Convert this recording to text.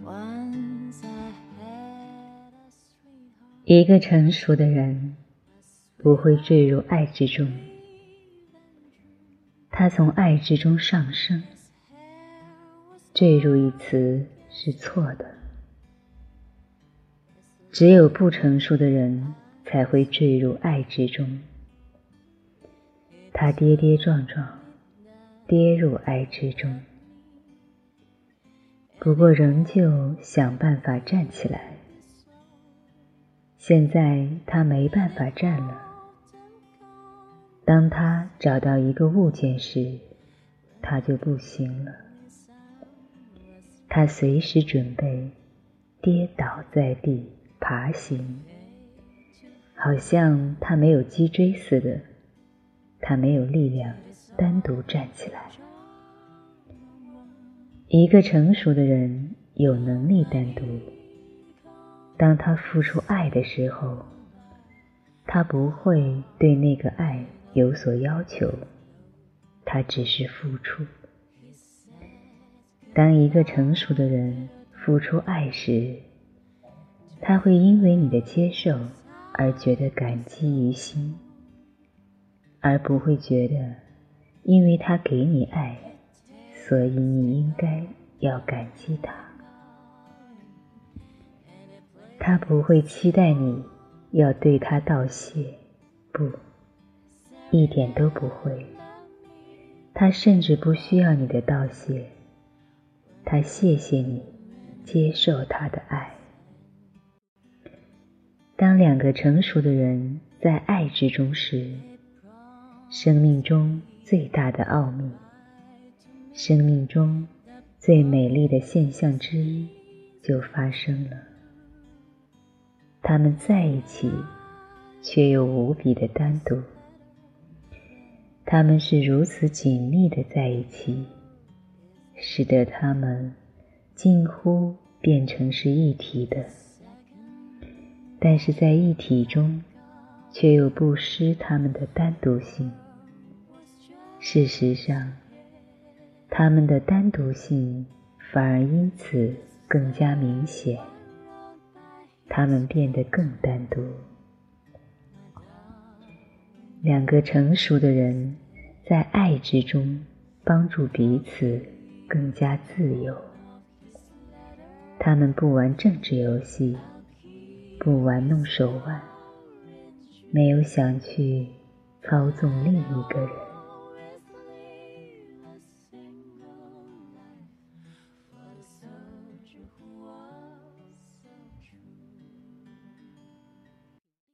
一个成熟的人不会坠入爱之中，他从爱之中上升。坠入一词是错的，只有不成熟的人才会坠入爱之中。他跌跌撞撞，跌入爱之中，不过仍旧想办法站起来。现在他没办法站了。当他找到一个物件时，他就不行了。他随时准备跌倒在地，爬行，好像他没有脊椎似的，他没有力量单独站起来。一个成熟的人有能力单独，当他付出爱的时候，他不会对那个爱有所要求，他只是付出。当一个成熟的人付出爱时，他会因为你的接受而觉得感激于心，而不会觉得因为他给你爱，所以你应该要感激他。他不会期待你要对他道谢，不，一点都不会。他甚至不需要你的道谢，他谢谢你接受他的爱。当两个成熟的人在爱之中时，生命中最大的奥秘，生命中最美丽的现象之一就发生了。他们在一起，却又无比的单独。他们是如此紧密的在一起，使得他们近乎变成是一体的，但是在一体中却又不失他们的单独性。事实上，他们的单独性反而因此更加明显，他们变得更单独。两个成熟的人在爱之中帮助彼此更加自由。他们不玩政治游戏，不玩弄手腕，没有想去操纵另一个人。